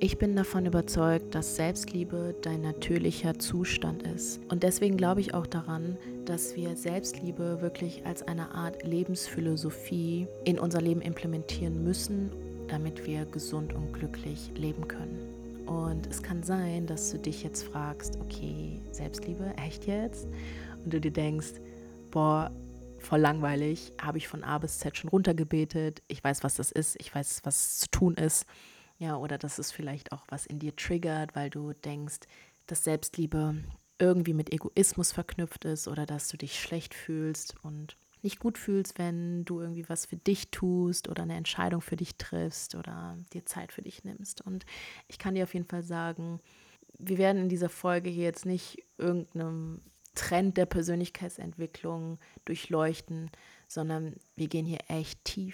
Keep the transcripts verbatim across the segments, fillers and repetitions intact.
Ich bin davon überzeugt, dass Selbstliebe dein natürlicher Zustand ist. Und deswegen glaube ich auch daran, dass wir Selbstliebe wirklich als eine Art Lebensphilosophie in unser Leben implementieren müssen, damit wir gesund und glücklich leben können. Und es kann sein, dass du dich jetzt fragst, okay, Selbstliebe, echt jetzt? Und du dir denkst, boah, voll langweilig, habe ich von A bis Z schon runtergebetet, ich weiß, was das ist, ich weiß, was zu tun ist. Ja, oder dass es vielleicht auch was in dir triggert, weil du denkst, dass Selbstliebe irgendwie mit Egoismus verknüpft ist oder dass du dich schlecht fühlst und nicht gut fühlst, wenn du irgendwie was für dich tust oder eine Entscheidung für dich triffst oder dir Zeit für dich nimmst. Und ich kann dir auf jeden Fall sagen, wir werden in dieser Folge hier jetzt nicht irgendeinem Trend der Persönlichkeitsentwicklung durchleuchten, sondern wir gehen hier echt tief.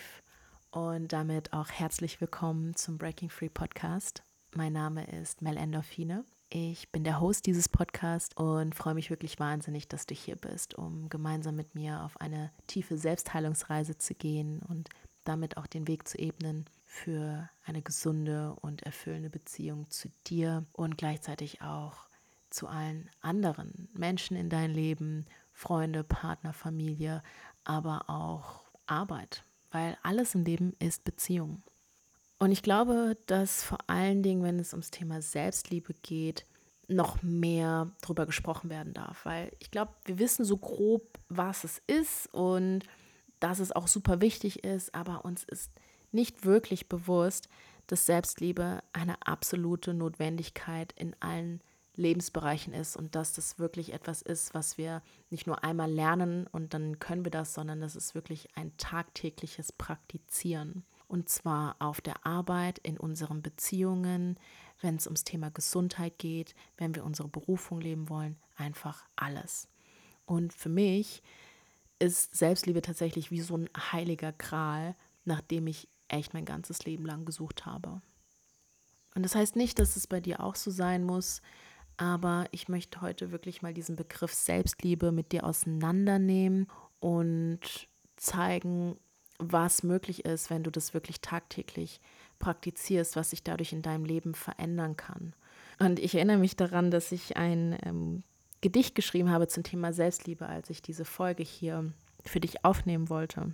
Und damit auch herzlich willkommen zum Breaking Free Podcast. Mein Name ist Mel Endorphine. Ich bin der Host dieses Podcasts und freue mich wirklich wahnsinnig, dass du hier bist, um gemeinsam mit mir auf eine tiefe Selbstheilungsreise zu gehen und damit auch den Weg zu ebnen für eine gesunde und erfüllende Beziehung zu dir und gleichzeitig auch zu allen anderen Menschen in deinem Leben, Freunde, Partner, Familie, aber auch Arbeit. Weil alles im Leben ist Beziehung. Und ich glaube, dass vor allen Dingen, wenn es ums Thema Selbstliebe geht, noch mehr darüber gesprochen werden darf. Weil ich glaube, wir wissen so grob, was es ist und dass es auch super wichtig ist, aber uns ist nicht wirklich bewusst, dass Selbstliebe eine absolute Notwendigkeit in allen Lebensbereichen ist und dass das wirklich etwas ist, was wir nicht nur einmal lernen und dann können wir das, sondern das ist wirklich ein tagtägliches Praktizieren. Und zwar auf der Arbeit, in unseren Beziehungen, wenn es ums Thema Gesundheit geht, wenn wir unsere Berufung leben wollen, einfach alles. Und für mich ist Selbstliebe tatsächlich wie so ein heiliger Gral, nach dem ich echt mein ganzes Leben lang gesucht habe. Und das heißt nicht, dass es bei dir auch so sein muss, aber ich möchte heute wirklich mal diesen Begriff Selbstliebe mit dir auseinandernehmen und zeigen, was möglich ist, wenn du das wirklich tagtäglich praktizierst, was sich dadurch in deinem Leben verändern kann. Und ich erinnere mich daran, dass ich ein ähm, Gedicht geschrieben habe zum Thema Selbstliebe, als ich diese Folge hier für dich aufnehmen wollte.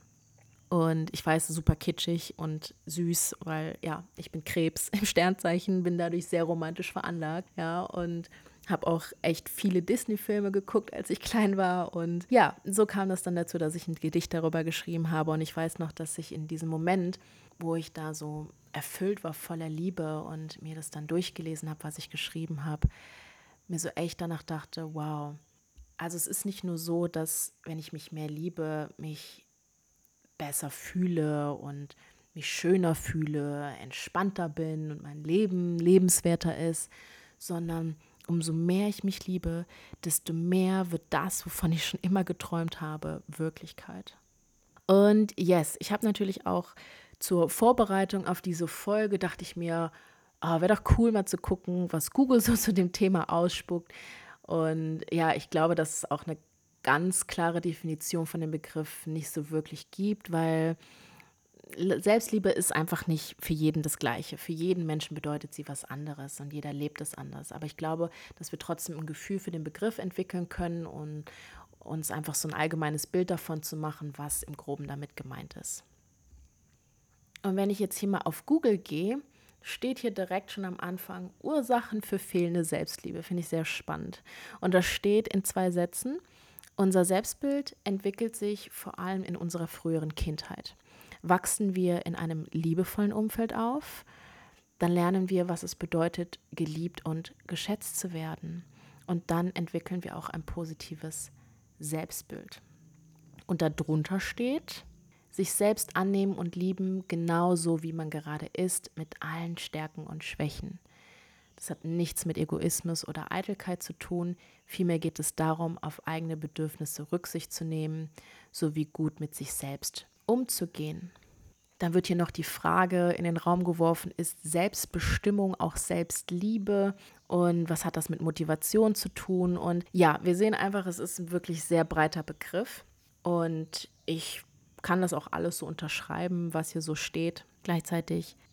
Und ich weiß, super kitschig und süß, weil ja, ich bin Krebs im Sternzeichen, bin dadurch sehr romantisch veranlagt, ja, und habe auch echt viele Disney-Filme geguckt, als ich klein war. Und ja, so kam das dann dazu, dass ich ein Gedicht darüber geschrieben habe. Und ich weiß noch, dass ich in diesem Moment, wo ich da so erfüllt war voller Liebe und mir das dann durchgelesen habe, was ich geschrieben habe, mir so echt danach dachte, wow, also es ist nicht nur so, dass, wenn ich mich mehr liebe, mich besser fühle und mich schöner fühle, entspannter bin und mein Leben lebenswerter ist, sondern umso mehr ich mich liebe, desto mehr wird das, wovon ich schon immer geträumt habe, Wirklichkeit. Und yes, ich habe natürlich auch zur Vorbereitung auf diese Folge, dachte ich mir, oh, wäre doch cool mal zu gucken, was Google so zu dem Thema ausspuckt. Und ja, ich glaube, dass es auch eine ganz klare Definition von dem Begriff nicht so wirklich gibt, weil Selbstliebe ist einfach nicht für jeden das Gleiche. Für jeden Menschen bedeutet sie was anderes und jeder lebt es anders. Aber ich glaube, dass wir trotzdem ein Gefühl für den Begriff entwickeln können und uns einfach so ein allgemeines Bild davon zu machen, was im Groben damit gemeint ist. Und wenn ich jetzt hier mal auf Google gehe, steht hier direkt schon am Anfang Ursachen für fehlende Selbstliebe. Finde ich sehr spannend. Und das steht in zwei Sätzen. Unser Selbstbild entwickelt sich vor allem in unserer früheren Kindheit. Wachsen wir in einem liebevollen Umfeld auf, dann lernen wir, was es bedeutet, geliebt und geschätzt zu werden. Und dann entwickeln wir auch ein positives Selbstbild. Und darunter steht, sich selbst annehmen und lieben, genauso wie man gerade ist, mit allen Stärken und Schwächen. Das hat nichts mit Egoismus oder Eitelkeit zu tun. Vielmehr geht es darum, auf eigene Bedürfnisse Rücksicht zu nehmen, sowie gut mit sich selbst umzugehen. Dann wird hier noch die Frage in den Raum geworfen, ist Selbstbestimmung auch Selbstliebe? Und was hat das mit Motivation zu tun? Und ja, wir sehen einfach, es ist ein wirklich sehr breiter Begriff. Und ich kann das auch alles so unterschreiben, was hier so steht. Gleichzeitig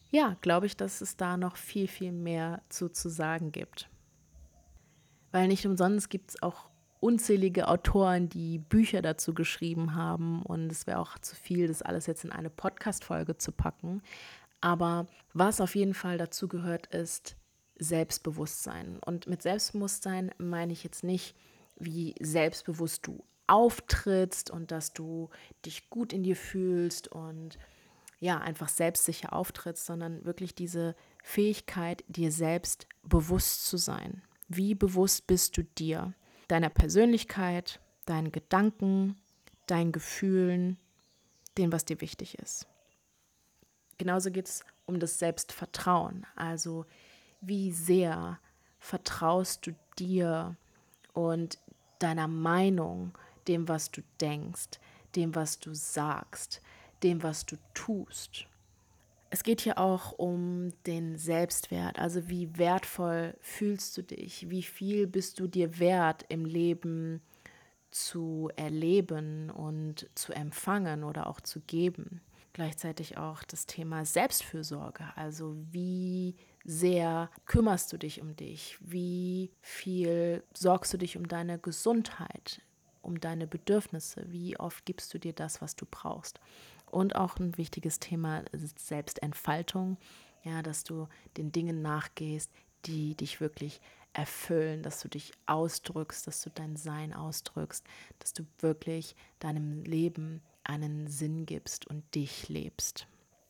ja, glaube ich, dass es da noch viel, viel mehr zu, zu sagen gibt. Weil nicht umsonst gibt es auch unzählige Autoren, die Bücher dazu geschrieben haben. Und es wäre auch zu viel, das alles jetzt in eine Podcast-Folge zu packen. Aber was auf jeden Fall dazu gehört, ist Selbstbewusstsein. Und mit Selbstbewusstsein meine ich jetzt nicht, wie selbstbewusst du auftrittst und dass du dich gut in dir fühlst und ja, einfach selbstsicher auftrittst, sondern wirklich diese Fähigkeit, dir selbst bewusst zu sein. Wie bewusst bist du dir, deiner Persönlichkeit, deinen Gedanken, deinen Gefühlen, dem, was dir wichtig ist. Genauso geht es um das Selbstvertrauen. Also wie sehr vertraust du dir und deiner Meinung, dem, was du denkst, dem, was du sagst, dem, was du tust. Es geht hier auch um den Selbstwert, also wie wertvoll fühlst du dich, wie viel bist du dir wert im Leben zu erleben und zu empfangen oder auch zu geben. Gleichzeitig auch das Thema Selbstfürsorge, also wie sehr kümmerst du dich um dich, wie viel sorgst du dich um deine Gesundheit, um deine Bedürfnisse, wie oft gibst du dir das, was du brauchst. Und auch ein wichtiges Thema ist Selbstentfaltung, ja, dass du den Dingen nachgehst, die dich wirklich erfüllen, dass du dich ausdrückst, dass du dein Sein ausdrückst, dass du wirklich deinem Leben einen Sinn gibst und dich lebst.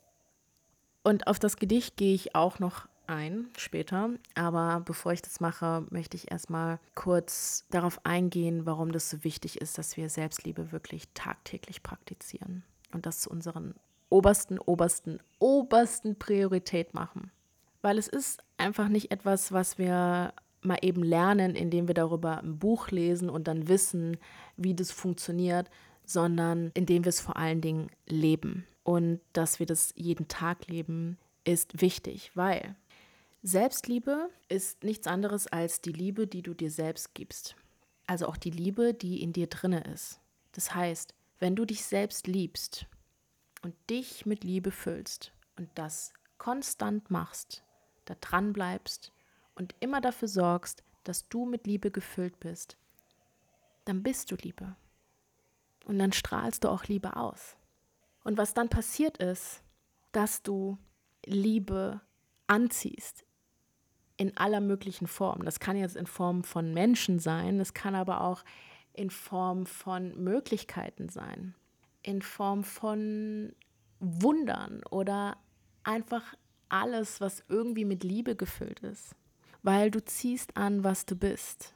Und auf das Gedicht gehe ich auch noch ein später, aber bevor ich das mache, möchte ich erstmal kurz darauf eingehen, warum das so wichtig ist, dass wir Selbstliebe wirklich tagtäglich praktizieren und das zu unseren obersten, obersten, obersten Priorität machen. Weil es ist einfach nicht etwas, was wir mal eben lernen, indem wir darüber ein Buch lesen und dann wissen, wie das funktioniert, sondern indem wir es vor allen Dingen leben. Und dass wir das jeden Tag leben, ist wichtig, weil Selbstliebe ist nichts anderes als die Liebe, die du dir selbst gibst. Also auch die Liebe, die in dir drinne ist. Das heißt, wenn du dich selbst liebst und dich mit Liebe füllst und das konstant machst, da dran bleibst und immer dafür sorgst, dass du mit Liebe gefüllt bist, dann bist du Liebe. Und dann strahlst du auch Liebe aus. Und was dann passiert ist, dass du Liebe anziehst in aller möglichen Formen. Das kann jetzt in Form von Menschen sein, das kann aber auch in Form von Möglichkeiten sein, in Form von Wundern oder einfach alles, was irgendwie mit Liebe gefüllt ist. Weil du ziehst an, was du bist.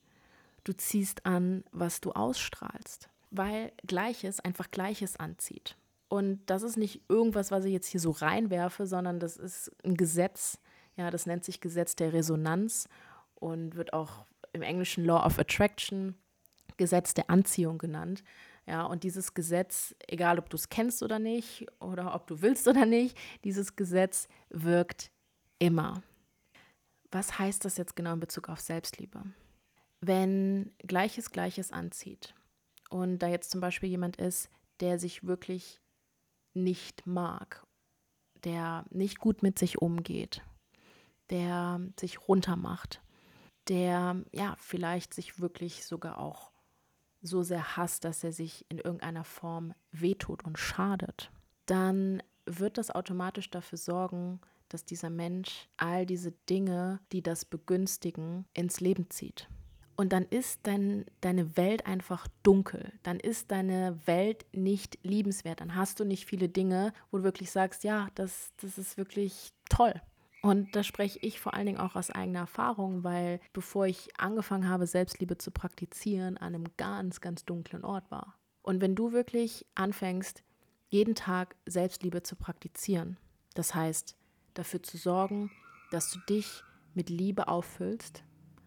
Du ziehst an, was du ausstrahlst. Weil Gleiches einfach Gleiches anzieht. Und das ist nicht irgendwas, was ich jetzt hier so reinwerfe, sondern das ist ein Gesetz. Ja, das nennt sich Gesetz der Resonanz und wird auch im Englischen Law of Attraction, Gesetz der Anziehung genannt. Ja, und dieses Gesetz, egal ob du es kennst oder nicht oder ob du willst oder nicht, dieses Gesetz wirkt immer. Was heißt das jetzt genau in Bezug auf Selbstliebe? Wenn Gleiches Gleiches anzieht und da jetzt zum Beispiel jemand ist, der sich wirklich nicht mag, der nicht gut mit sich umgeht, der sich runtermacht, der ja vielleicht sich wirklich sogar auch so sehr hasst, dass er sich in irgendeiner Form wehtut und schadet, dann wird das automatisch dafür sorgen, dass dieser Mensch all diese Dinge, die das begünstigen, ins Leben zieht. Und dann ist dein, deine Welt einfach dunkel. Dann ist deine Welt nicht liebenswert. Dann hast du nicht viele Dinge, wo du wirklich sagst, ja, das, das ist wirklich toll. Und da spreche ich vor allen Dingen auch aus eigener Erfahrung, weil bevor ich angefangen habe, Selbstliebe zu praktizieren, an einem ganz, ganz dunklen Ort war. Und wenn du wirklich anfängst, jeden Tag Selbstliebe zu praktizieren, das heißt, dafür zu sorgen, dass du dich mit Liebe auffüllst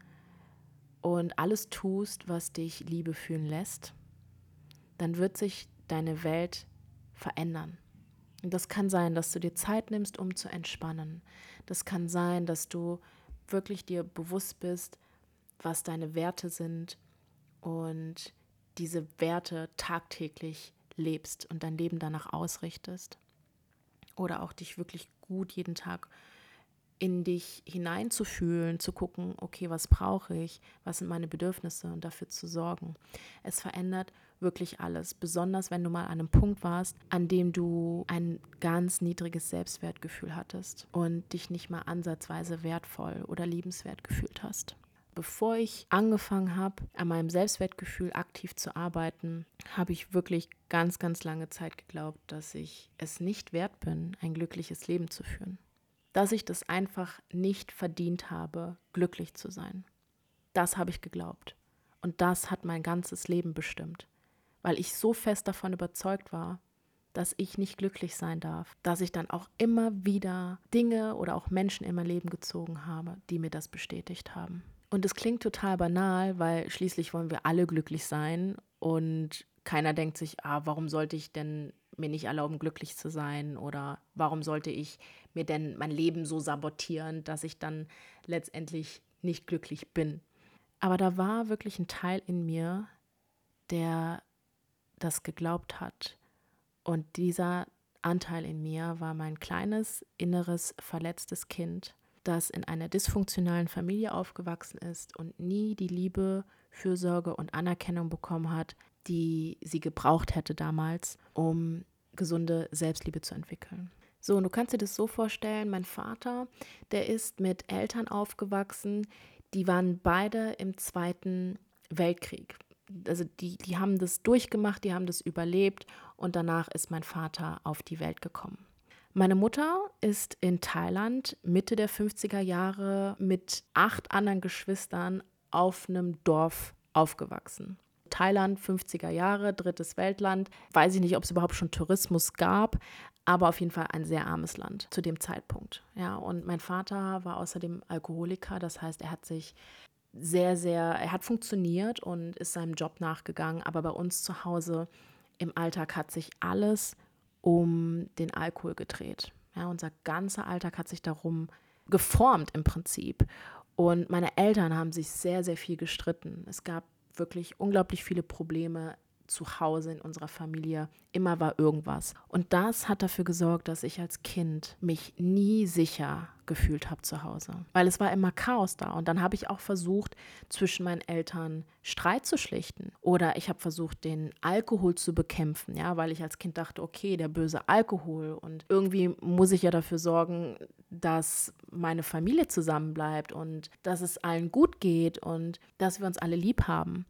und alles tust, was dich Liebe fühlen lässt, dann wird sich deine Welt verändern. Und das kann sein, dass du dir Zeit nimmst, um zu entspannen. Das kann sein, dass du wirklich dir bewusst bist, was deine Werte sind und diese Werte tagtäglich lebst und dein Leben danach ausrichtest. Oder auch dich wirklich gut, jeden Tag in dich hineinzufühlen, zu gucken, okay, was brauche ich, was sind meine Bedürfnisse und dafür zu sorgen. Es verändert wirklich alles, besonders wenn du mal an einem Punkt warst, an dem du ein ganz niedriges Selbstwertgefühl hattest und dich nicht mal ansatzweise wertvoll oder liebenswert gefühlt hast. Bevor ich angefangen habe, an meinem Selbstwertgefühl aktiv zu arbeiten, habe ich wirklich ganz, ganz lange Zeit geglaubt, dass ich es nicht wert bin, ein glückliches Leben zu führen. Dass ich das einfach nicht verdient habe, glücklich zu sein. Das habe ich geglaubt. Und das hat mein ganzes Leben bestimmt, weil ich so fest davon überzeugt war, dass ich nicht glücklich sein darf, dass ich dann auch immer wieder Dinge oder auch Menschen in mein Leben gezogen habe, die mir das bestätigt haben. Und es klingt total banal, weil schließlich wollen wir alle glücklich sein und keiner denkt sich, ah, warum sollte ich denn mir nicht erlauben, glücklich zu sein, oder warum sollte ich mir denn mein Leben so sabotieren, dass ich dann letztendlich nicht glücklich bin. Aber da war wirklich ein Teil in mir, der das geglaubt hat. Und dieser Anteil in mir war mein kleines, inneres, verletztes Kind, das in einer dysfunktionalen Familie aufgewachsen ist und nie die Liebe, Fürsorge und Anerkennung bekommen hat, die sie gebraucht hätte damals, um gesunde Selbstliebe zu entwickeln. So, und du kannst dir das so vorstellen, mein Vater, der ist mit Eltern aufgewachsen, die waren beide im Zweiten Weltkrieg. Also die, die haben das durchgemacht, die haben das überlebt und danach ist mein Vater auf die Welt gekommen. Meine Mutter ist in Thailand Mitte der fünfziger Jahre mit acht anderen Geschwistern auf einem Dorf aufgewachsen. Thailand, fünfziger Jahre, drittes Weltland. Weiß ich nicht, ob es überhaupt schon Tourismus gab, aber auf jeden Fall ein sehr armes Land zu dem Zeitpunkt. Ja, und mein Vater war außerdem Alkoholiker, das heißt, er hat sich sehr, sehr, er hat funktioniert und ist seinem Job nachgegangen, aber bei uns zu Hause im Alltag hat sich alles um den Alkohol gedreht. Ja, unser ganzer Alltag hat sich darum geformt im Prinzip. Und meine Eltern haben sich sehr, sehr viel gestritten. Es gab wirklich unglaublich viele Probleme zu Hause in unserer Familie. Immer war irgendwas. Und das hat dafür gesorgt, dass ich als Kind mich nie sicher gefühlt habe zu Hause. Weil es war immer Chaos da. Und dann habe ich auch versucht, zwischen meinen Eltern Streit zu schlichten. Oder ich habe versucht, den Alkohol zu bekämpfen. Ja, weil ich als Kind dachte, okay, der böse Alkohol. Und irgendwie muss ich ja dafür sorgen, dass meine Familie zusammenbleibt und dass es allen gut geht und dass wir uns alle lieb haben.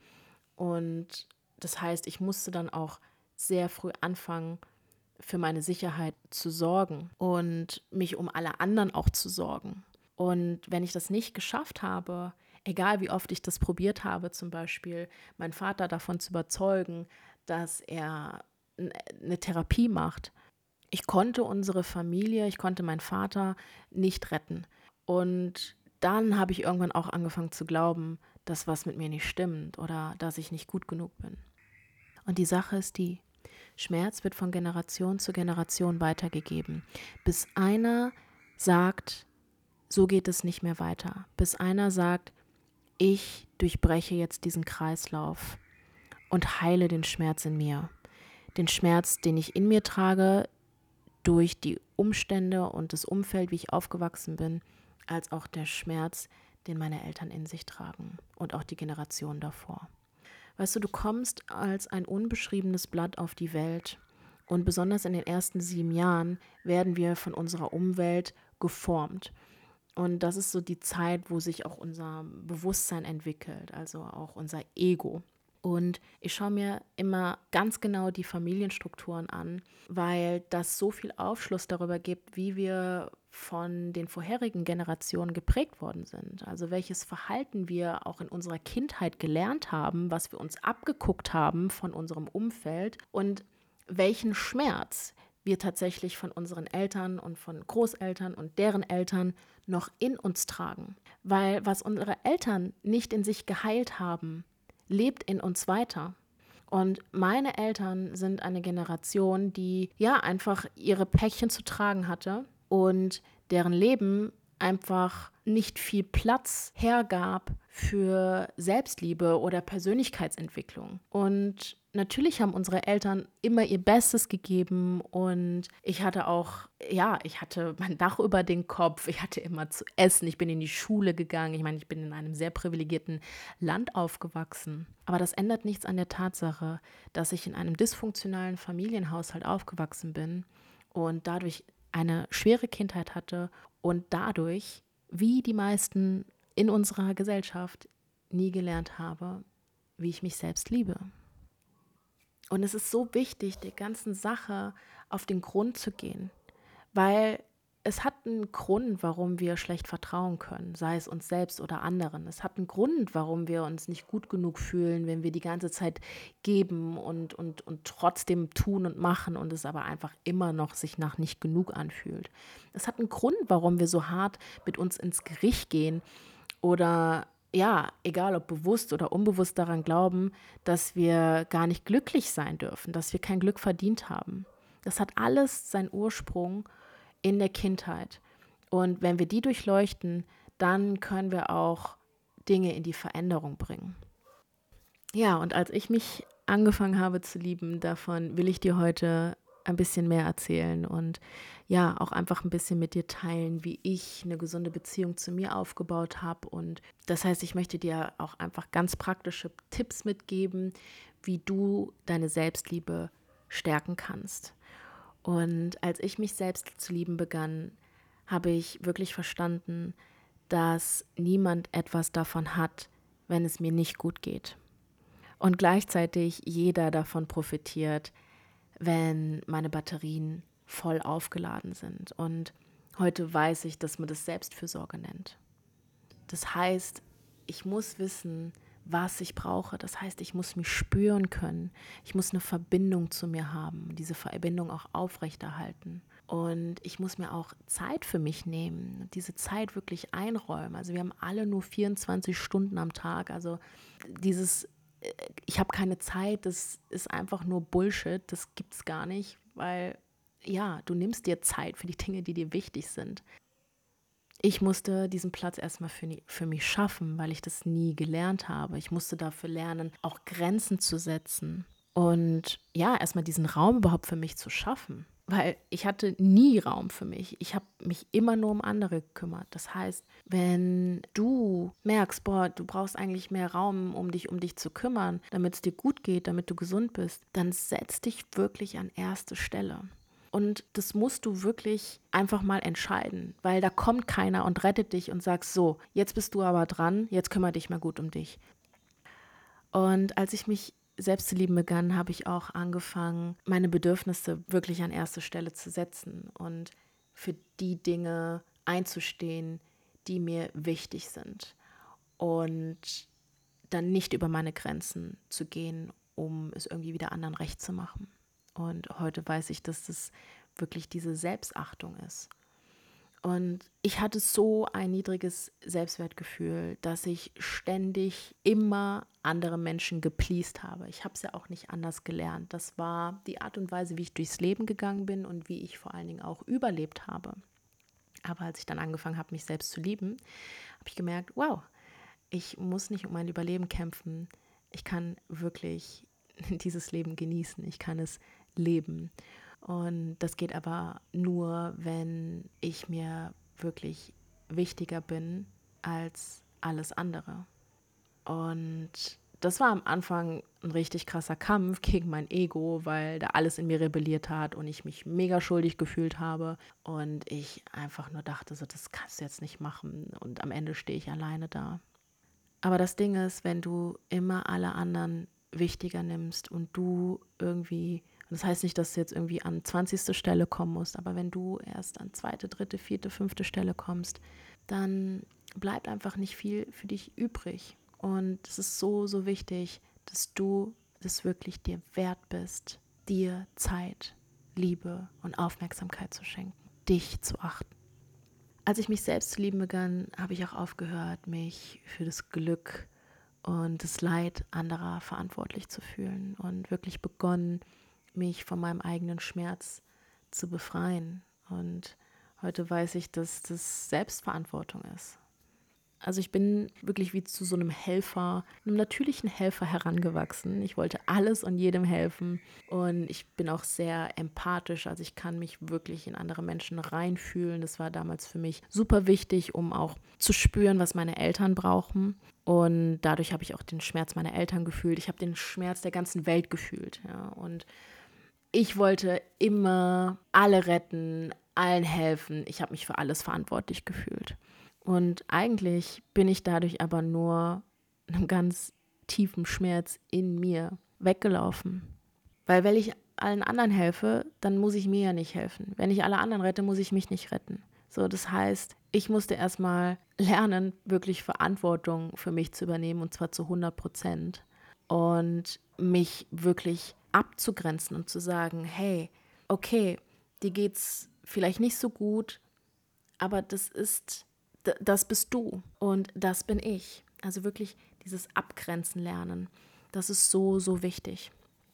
Und das heißt, ich musste dann auch sehr früh anfangen, für meine Sicherheit zu sorgen und mich um alle anderen auch zu sorgen. Und wenn ich das nicht geschafft habe, egal wie oft ich das probiert habe, zum Beispiel meinen Vater davon zu überzeugen, dass er eine Therapie macht, ich konnte unsere Familie, ich konnte meinen Vater nicht retten. Und dann habe ich irgendwann auch angefangen zu glauben, dass was mit mir nicht stimmt oder dass ich nicht gut genug bin. Und die Sache ist die, Schmerz wird von Generation zu Generation weitergegeben, bis einer sagt, so geht es nicht mehr weiter. Bis einer sagt, ich durchbreche jetzt diesen Kreislauf und heile den Schmerz in mir. Den Schmerz, den ich in mir trage, durch die Umstände und das Umfeld, wie ich aufgewachsen bin, als auch der Schmerz, den meine Eltern in sich tragen und auch die Generation davor. Weißt du, du kommst als ein unbeschriebenes Blatt auf die Welt und besonders in den ersten sieben Jahren werden wir von unserer Umwelt geformt. Und das ist so die Zeit, wo sich auch unser Bewusstsein entwickelt, also auch unser Ego. Und ich schaue mir immer ganz genau die Familienstrukturen an, weil das so viel Aufschluss darüber gibt, wie wir von den vorherigen Generationen geprägt worden sind. Also welches Verhalten wir auch in unserer Kindheit gelernt haben, was wir uns abgeguckt haben von unserem Umfeld und welchen Schmerz wir tatsächlich von unseren Eltern und von Großeltern und deren Eltern noch in uns tragen. Weil was unsere Eltern nicht in sich geheilt haben, lebt in uns weiter. Und meine Eltern sind eine Generation, die ja einfach ihre Päckchen zu tragen hatte und deren Leben einfach nicht viel Platz hergab für Selbstliebe oder Persönlichkeitsentwicklung. Und natürlich haben unsere Eltern immer ihr Bestes gegeben und ich hatte auch, ja, ich hatte mein Dach über den Kopf, ich hatte immer zu essen, ich bin in die Schule gegangen, ich meine, ich bin in einem sehr privilegierten Land aufgewachsen. Aber das ändert nichts an der Tatsache, dass ich in einem dysfunktionalen Familienhaushalt aufgewachsen bin und dadurch eine schwere Kindheit hatte und dadurch, wie die meisten in unserer Gesellschaft, nie gelernt habe, wie ich mich selbst liebe. Und es ist so wichtig, der ganzen Sache auf den Grund zu gehen, weil es hat einen Grund, warum wir schlecht vertrauen können, sei es uns selbst oder anderen. Es hat einen Grund, warum wir uns nicht gut genug fühlen, wenn wir die ganze Zeit geben und, und, und trotzdem tun und machen und es aber einfach immer noch sich nach nicht genug anfühlt. Es hat einen Grund, warum wir so hart mit uns ins Gericht gehen oder ja, egal ob bewusst oder unbewusst daran glauben, dass wir gar nicht glücklich sein dürfen, dass wir kein Glück verdient haben. Das hat alles seinen Ursprung in der Kindheit. Und wenn wir die durchleuchten, dann können wir auch Dinge in die Veränderung bringen. Ja, und als ich mich angefangen habe zu lieben, davon will ich dir heute ein bisschen mehr erzählen und ja, auch einfach ein bisschen mit dir teilen, wie ich eine gesunde Beziehung zu mir aufgebaut habe. Und das heißt, ich möchte dir auch einfach ganz praktische Tipps mitgeben, wie du deine Selbstliebe stärken kannst. Und als ich mich selbst zu lieben begann, habe ich wirklich verstanden, dass niemand etwas davon hat, wenn es mir nicht gut geht. Und gleichzeitig jeder davon profitiert, wenn meine Batterien voll aufgeladen sind. Und heute weiß ich, dass man das Selbstfürsorge nennt. Das heißt, ich muss wissen, was ich brauche. Das heißt, ich muss mich spüren können. Ich muss eine Verbindung zu mir haben, diese Verbindung auch aufrechterhalten. Und ich muss mir auch Zeit für mich nehmen, diese Zeit wirklich einräumen. Also wir haben alle nur vierundzwanzig Stunden am Tag. Also dieses, ich habe keine Zeit, das ist einfach nur Bullshit. Das gibt es gar nicht, weil ja, du nimmst dir Zeit für die Dinge, die dir wichtig sind. Ich musste diesen Platz erstmal für, für mich schaffen, weil ich das nie gelernt habe. Ich musste dafür lernen, auch Grenzen zu setzen und ja, erstmal diesen Raum überhaupt für mich zu schaffen, weil ich hatte nie Raum für mich. Ich habe mich immer nur um andere gekümmert. Das heißt, wenn du merkst, boah, du brauchst eigentlich mehr Raum, um dich um dich zu kümmern, damit es dir gut geht, damit du gesund bist, dann setz dich wirklich an erste Stelle. Und das musst du wirklich einfach mal entscheiden, weil da kommt keiner und rettet dich und sagt, so, jetzt bist du aber dran, jetzt kümmere dich mal gut um dich. Und als ich mich selbst zu lieben begann, habe ich auch angefangen, meine Bedürfnisse wirklich an erste Stelle zu setzen und für die Dinge einzustehen, die mir wichtig sind. Und dann nicht über meine Grenzen zu gehen, um es irgendwie wieder anderen recht zu machen. Und heute weiß ich, dass das wirklich diese Selbstachtung ist. Und ich hatte so ein niedriges Selbstwertgefühl, dass ich ständig immer andere Menschen gepleased habe. Ich habe es ja auch nicht anders gelernt. Das war die Art und Weise, wie ich durchs Leben gegangen bin und wie ich vor allen Dingen auch überlebt habe. Aber als ich dann angefangen habe, mich selbst zu lieben, habe ich gemerkt, wow, ich muss nicht um mein Überleben kämpfen. Ich kann wirklich dieses Leben genießen. Ich kann es leben. Und das geht aber nur, wenn ich mir wirklich wichtiger bin als alles andere. Und das war am Anfang ein richtig krasser Kampf gegen mein Ego, weil da alles in mir rebelliert hat und ich mich mega schuldig gefühlt habe und ich einfach nur dachte, so, das kannst du jetzt nicht machen und am Ende stehe ich alleine da. Aber das Ding ist, wenn du immer alle anderen wichtiger nimmst und du irgendwie, und das heißt nicht, dass du jetzt irgendwie an zwanzigste Stelle kommen musst, aber wenn du erst an zweite, dritte, vierte, fünfte Stelle kommst, dann bleibt einfach nicht viel für dich übrig. Und es ist so, so wichtig, dass du es wirklich dir wert bist, dir Zeit, Liebe und Aufmerksamkeit zu schenken, dich zu achten. Als ich mich selbst zu lieben begann, habe ich auch aufgehört, mich für das Glück und das Leid anderer verantwortlich zu fühlen und wirklich begonnen, mich von meinem eigenen Schmerz zu befreien. Und Heute weiß ich, dass das Selbstverantwortung ist. Also ich bin wirklich wie zu so einem Helfer, einem natürlichen Helfer herangewachsen. Ich wollte alles und jedem helfen und ich bin auch sehr empathisch. Also ich kann mich wirklich in andere Menschen reinfühlen. Das war damals für mich super wichtig, um auch zu spüren, was meine Eltern brauchen. Und dadurch habe ich auch den Schmerz meiner Eltern gefühlt. Ich habe den Schmerz der ganzen Welt gefühlt. Ja. Und ich wollte immer alle retten, allen helfen. Ich habe mich für alles verantwortlich gefühlt. Und eigentlich bin ich dadurch aber nur einem ganz tiefen Schmerz in mir weggelaufen. Weil wenn ich allen anderen helfe, dann muss ich mir ja nicht helfen. Wenn ich alle anderen rette, muss ich mich nicht retten. So, das heißt, ich musste erstmal lernen, wirklich Verantwortung für mich zu übernehmen, und zwar zu hundert Prozent. Und mich wirklich abzugrenzen und zu sagen, hey, okay, dir geht's vielleicht nicht so gut, aber das ist das bist du und das bin ich. Also wirklich dieses Abgrenzen lernen, das ist so, so wichtig.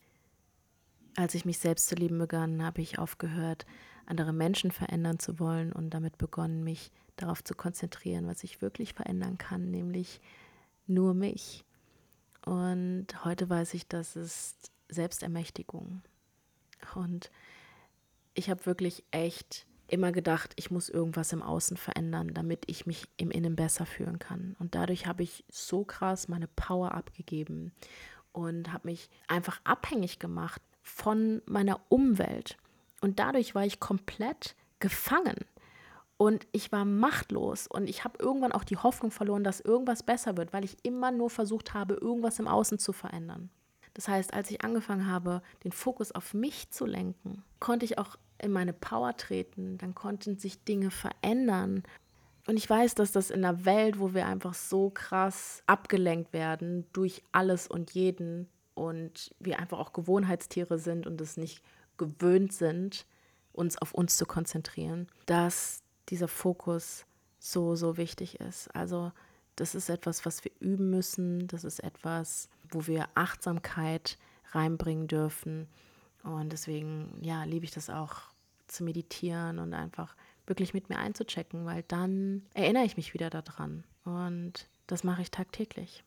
Als ich mich selbst zu lieben begann, habe ich aufgehört, andere Menschen verändern zu wollen und damit begonnen, mich darauf zu konzentrieren, was ich wirklich verändern kann, nämlich nur mich. Und heute weiß ich, das ist Selbstermächtigung. Und ich habe wirklich echt immer gedacht, ich muss irgendwas im Außen verändern, damit ich mich im Innen besser fühlen kann. Und dadurch habe ich so krass meine Power abgegeben und habe mich einfach abhängig gemacht von meiner Umwelt. Und dadurch war ich komplett gefangen. Und ich war machtlos und ich habe irgendwann auch die Hoffnung verloren, dass irgendwas besser wird, weil ich immer nur versucht habe, irgendwas im Außen zu verändern. Das heißt, als ich angefangen habe, den Fokus auf mich zu lenken, konnte ich auch in meine Power treten, dann konnten sich Dinge verändern. Und ich weiß, dass das in einer Welt, wo wir einfach so krass abgelenkt werden durch alles und jeden und wir einfach auch Gewohnheitstiere sind und es nicht gewöhnt sind, uns auf uns zu konzentrieren, dass dieser Fokus so, so wichtig ist. Also das ist etwas, was wir üben müssen. Das ist etwas, wo wir Achtsamkeit reinbringen dürfen. Und deswegen, ja, liebe ich das auch zu meditieren und einfach wirklich mit mir einzuchecken, weil dann erinnere ich mich wieder daran. Und das mache ich tagtäglich.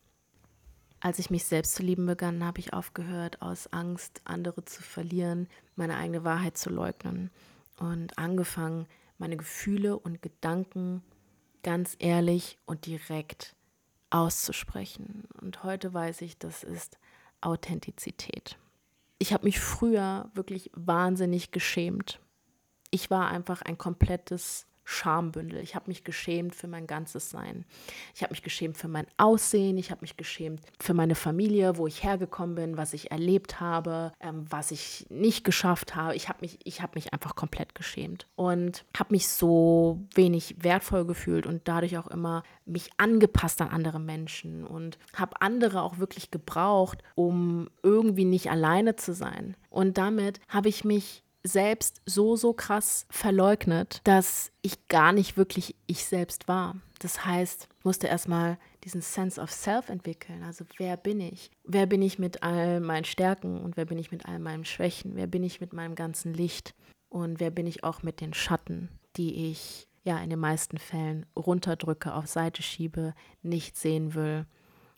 Als ich mich selbst zu lieben begann, habe ich aufgehört, aus Angst, andere zu verlieren, meine eigene Wahrheit zu leugnen und angefangen, meine Gefühle und Gedanken ganz ehrlich und direkt auszusprechen. Und heute weiß ich, das ist Authentizität. Ich habe mich früher wirklich wahnsinnig geschämt. Ich war einfach ein komplettes Schambündel. Ich habe mich geschämt für mein ganzes Sein. Ich habe mich geschämt für mein Aussehen. Ich habe mich geschämt für meine Familie, wo ich hergekommen bin, was ich erlebt habe, ähm, was ich nicht geschafft habe. Ich habe mich, ich habe mich einfach komplett geschämt und habe mich so wenig wertvoll gefühlt und dadurch auch immer mich angepasst an andere Menschen und habe andere auch wirklich gebraucht, um irgendwie nicht alleine zu sein. Und damit habe ich mich selbst so, so krass verleugnet, dass ich gar nicht wirklich ich selbst war. Das heißt, ich musste erstmal diesen Sense of Self entwickeln. Also wer bin ich? Wer bin ich mit all meinen Stärken und wer bin ich mit all meinen Schwächen? Wer bin ich mit meinem ganzen Licht? Und wer bin ich auch mit den Schatten, die ich ja in den meisten Fällen runterdrücke, auf Seite schiebe, nicht sehen will?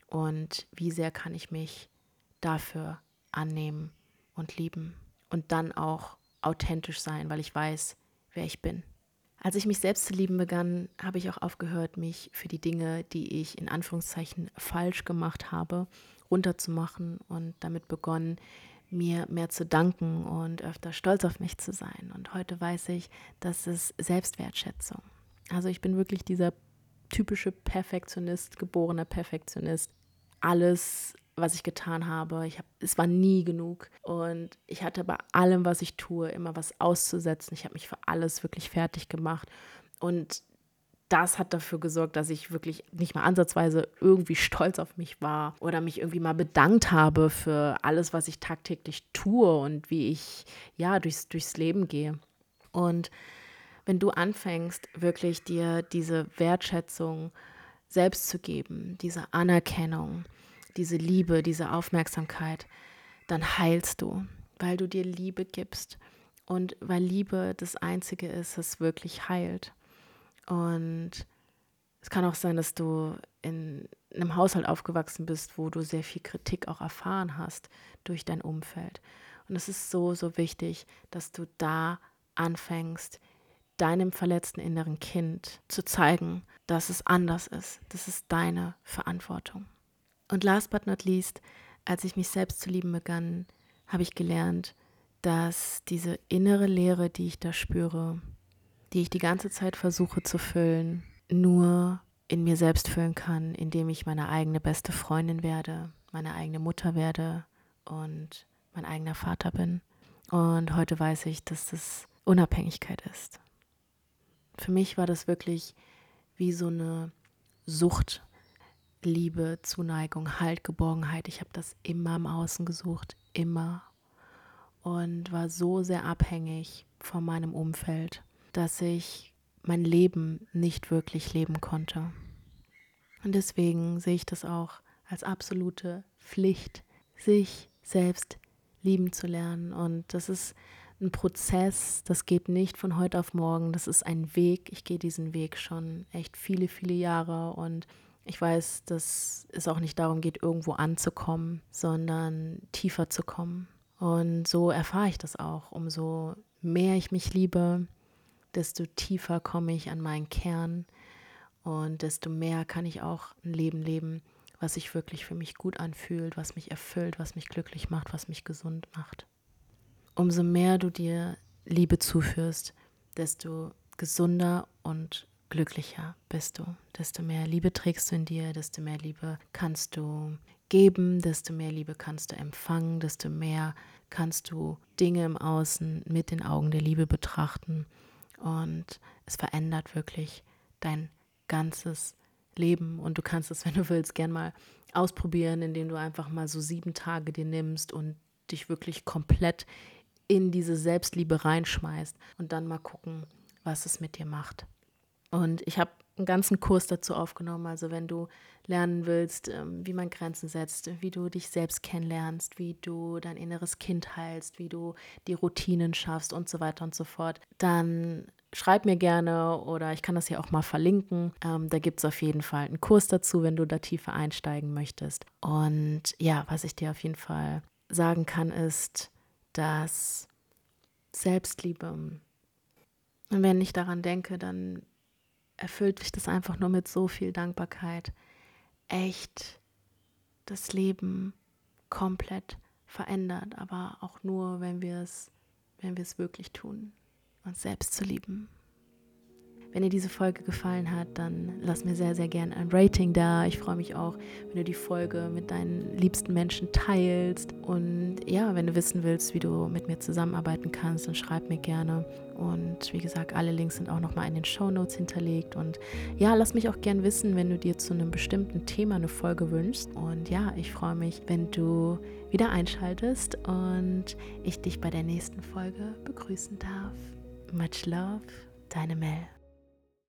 Und wie sehr kann ich mich dafür annehmen und lieben? Und dann auch authentisch sein, weil ich weiß, wer ich bin. Als ich mich selbst zu lieben begann, habe ich auch aufgehört, mich für die Dinge, die ich in Anführungszeichen falsch gemacht habe, runterzumachen und damit begonnen, mir mehr zu danken und öfter stolz auf mich zu sein. Und heute weiß ich, das ist Selbstwertschätzung. Also ich bin wirklich dieser typische Perfektionist, geborener Perfektionist. Alles was ich getan habe. Ich hab, es war nie genug und ich hatte bei allem, was ich tue, immer was auszusetzen. Ich habe mich für alles wirklich fertig gemacht und das hat dafür gesorgt, dass ich wirklich nicht mal ansatzweise irgendwie stolz auf mich war oder mich irgendwie mal bedankt habe für alles, was ich tagtäglich tue und wie ich ja durchs, durchs Leben gehe. Und wenn du anfängst, wirklich dir diese Wertschätzung selbst zu geben, diese Anerkennung, diese Liebe, diese Aufmerksamkeit, dann heilst du, weil du dir Liebe gibst Und weil Liebe das Einzige ist, das wirklich heilt. Und es kann auch sein, dass du in einem Haushalt aufgewachsen bist, wo du sehr viel Kritik auch erfahren hast durch dein Umfeld. Und es ist so, so wichtig, dass du da anfängst, deinem verletzten inneren Kind zu zeigen, dass es anders ist. Das ist deine Verantwortung. Und last but not least, als ich mich selbst zu lieben begann, habe ich gelernt, dass diese innere Leere, die ich da spüre, die ich die ganze Zeit versuche zu füllen, nur in mir selbst füllen kann, indem ich meine eigene beste Freundin werde, meine eigene Mutter werde und mein eigener Vater bin. Und heute weiß ich, dass das Unabhängigkeit ist. Für mich war das wirklich wie so eine Sucht, Liebe, Zuneigung, Halt, Geborgenheit. Ich habe das immer im Außen gesucht, immer. Und war so sehr abhängig von meinem Umfeld, dass ich mein Leben nicht wirklich leben konnte. Und deswegen sehe ich das auch als absolute Pflicht, sich selbst lieben zu lernen. Und das ist ein Prozess, das geht nicht von heute auf morgen, das ist ein Weg. Ich gehe diesen Weg schon echt viele, viele Jahre und ich weiß, dass es auch nicht darum geht, irgendwo anzukommen, sondern tiefer zu kommen. Und so erfahre ich das auch. Umso mehr ich mich liebe, desto tiefer komme ich an meinen Kern und desto mehr kann ich auch ein Leben leben, was sich wirklich für mich gut anfühlt, was mich erfüllt, was mich glücklich macht, was mich gesund macht. Umso mehr du dir Liebe zuführst, desto gesunder und glücklicher bist du. Desto mehr Liebe trägst du in dir, desto mehr Liebe kannst du geben, desto mehr Liebe kannst du empfangen, desto mehr kannst du Dinge im Außen mit den Augen der Liebe betrachten. Und es verändert wirklich dein ganzes Leben. Und du kannst es, wenn du willst, gern mal ausprobieren, indem du einfach mal so sieben Tage dir nimmst und dich wirklich komplett in diese Selbstliebe reinschmeißt und dann mal gucken, was es mit dir macht. Und ich habe einen ganzen Kurs dazu aufgenommen, also wenn du lernen willst, wie man Grenzen setzt, wie du dich selbst kennenlernst, wie du dein inneres Kind heilst, wie du die Routinen schaffst und so weiter und so fort, dann schreib mir gerne oder ich kann das hier auch mal verlinken. Ähm, da gibt es auf jeden Fall einen Kurs dazu, wenn du da tiefer einsteigen möchtest. Und ja, was ich dir auf jeden Fall sagen kann, ist, dass Selbstliebe, und wenn ich daran denke, dann erfüllt mich das einfach nur mit so viel Dankbarkeit, echt das Leben komplett verändert, aber auch nur, wenn wir es, wenn wir es wirklich tun, uns selbst zu lieben. Wenn dir diese Folge gefallen hat, dann lass mir sehr, sehr gerne ein Rating da. Ich freue mich auch, wenn du die Folge mit deinen liebsten Menschen teilst. Und ja, wenn du wissen willst, wie du mit mir zusammenarbeiten kannst, dann schreib mir gerne. Und wie gesagt, alle Links sind auch nochmal in den Shownotes hinterlegt. Und ja, lass mich auch gern wissen, wenn du dir zu einem bestimmten Thema eine Folge wünschst. Und ja, ich freue mich, wenn du wieder einschaltest und ich dich bei der nächsten Folge begrüßen darf. Much love, deine Mel.